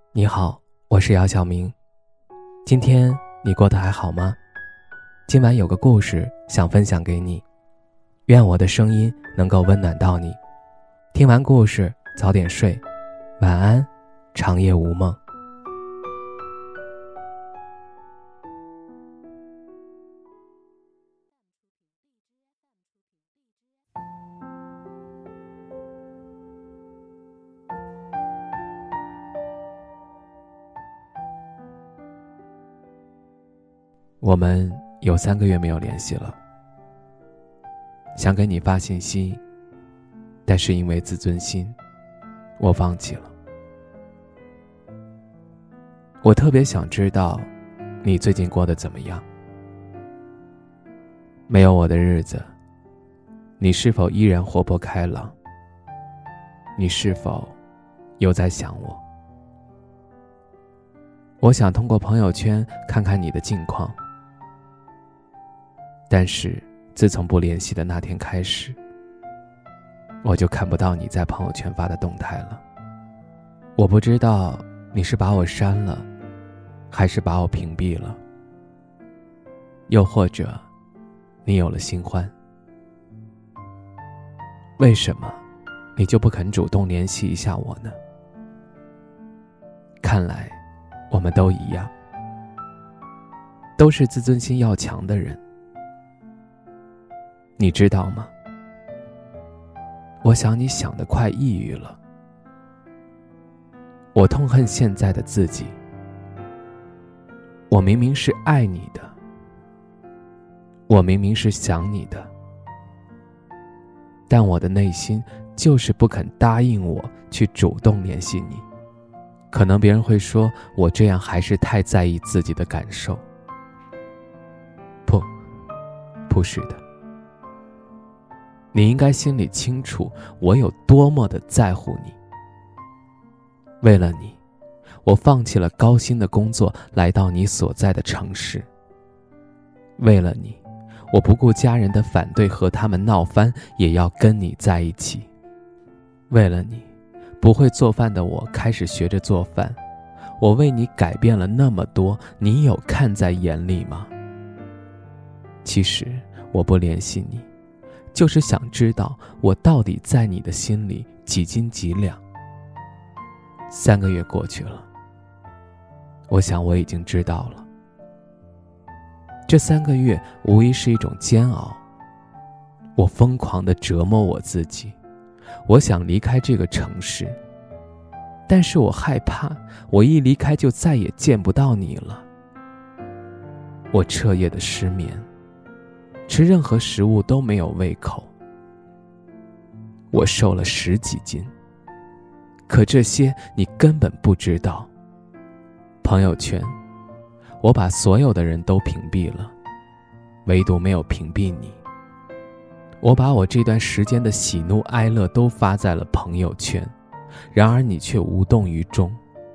你好，我是姚晓明。今天你过得还好吗？今晚有个故事想分享给你，愿我的声音能够温暖到你。听完故事早点睡，晚安，长夜无梦。我们有3个月没有联系了，想给你发信息，但是因为自尊心，我放弃了。我特别想知道你最近过得怎么样。没有我的日子，你是否依然活泼开朗？你是否又在想我？我想通过朋友圈看看你的近况，但是自从不联系的那天开始，我就看不到你在朋友圈发的动态了。我不知道你是把我删了，还是把我屏蔽了，又或者你有了新欢。为什么你就不肯主动联系一下我呢？看来我们都一样，都是自尊心要强的人。你知道吗？我想你想得快抑郁了。我痛恨现在的自己。我明明是爱你的，我明明是想你的，但我的内心就是不肯答应我去主动联系你。可能别人会说我这样还是太在意自己的感受。不是的。你应该心里清楚我有多么的在乎你。为了你，我放弃了高薪的工作，来到你所在的城市。为了你，我不顾家人的反对和他们闹翻，也要跟你在一起。为了你，不会做饭的我开始学着做饭。我为你改变了那么多，你有看在眼里吗？其实我不联系你，就是想知道我到底在你的心里几斤几两。3个月过去了，我想我已经知道了。这3个月无疑是一种煎熬，我疯狂地折磨我自己。我想离开这个城市，但是我害怕我一离开就再也见不到你了。我彻夜的失眠，吃任何食物都没有胃口。我瘦了10几斤，可这些你根本不知道。朋友圈，我把所有的人都屏蔽了，唯独没有屏蔽你。我把我这段时间的喜怒哀乐都发在了朋友圈，然而你却无动于衷。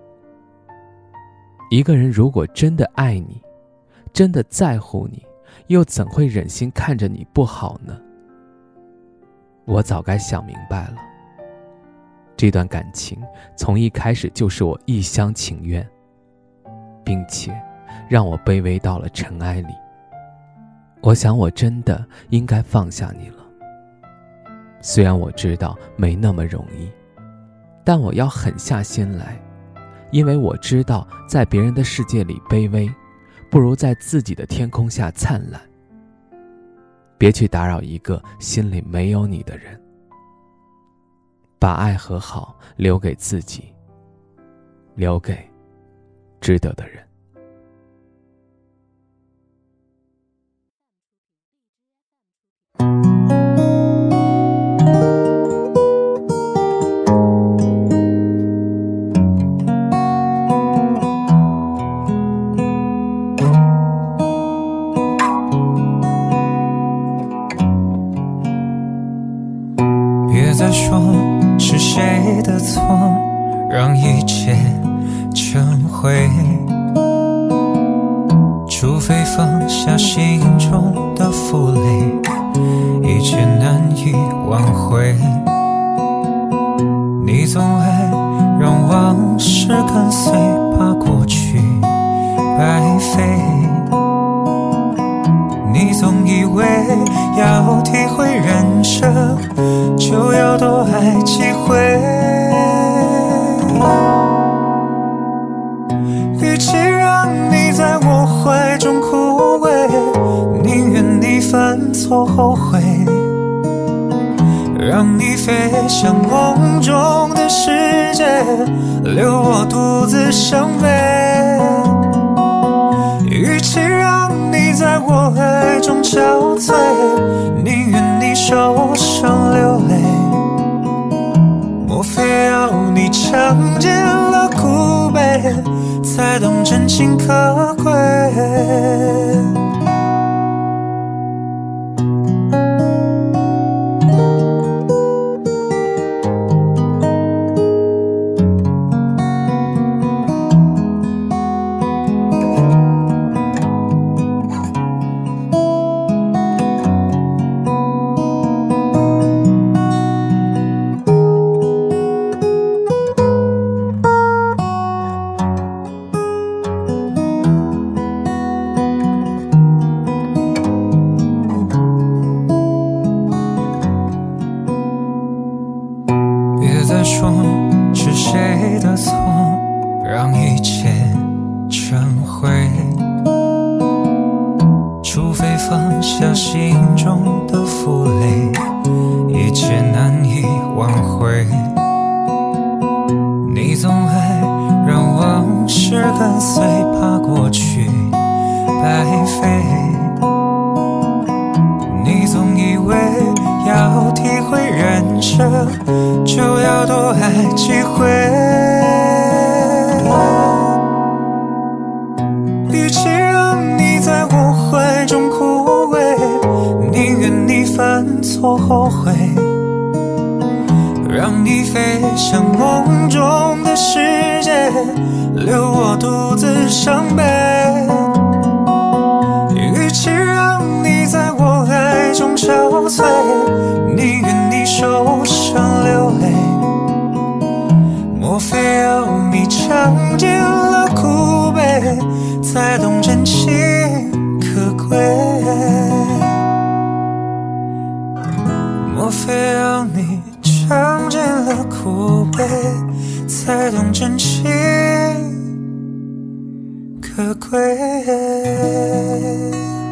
一个人如果真的爱你，真的在乎你，又怎会忍心看着你不好呢？我早该想明白了，这段感情从一开始就是我一厢情愿，并且让我卑微到了尘埃里。我想我真的应该放下你了。虽然我知道没那么容易，但我要狠下心来，因为我知道在别人的世界里卑微，不如在自己的天空下灿烂。别去打扰一个心里没有你的人，把爱和好留给自己，留给值得的人。 别再说是谁的错，让一切成灰。除非放下心中的负累，一切难以挽回。你总爱让让往事跟随，把过去白费。你总以为要体会人生，就要多爱几回。与其让你在我怀中枯萎，宁愿你犯错后悔，让你飞向梦中的世界，留我独自伤悲。与其让你在我爱中憔悴，宁愿你受伤流泪。莫非要你尝尽了苦悲，才懂真情可贵？别说是谁的错，让一切成灰。除非放下心中的负累，一切难以挽回。你总爱让往事跟随，怕过去白费。你总以为要体会人生，就要多爱几回。与其让你在我怀中枯萎，宁愿你犯错后悔，让你飞向梦中的世界，留我独自伤悲。与其让你在我爱中憔悴，宁愿你受伤流泪。莫非要你尝尽了苦悲，才懂真情可贵？莫非要你尝尽了苦悲，才懂真情可贵？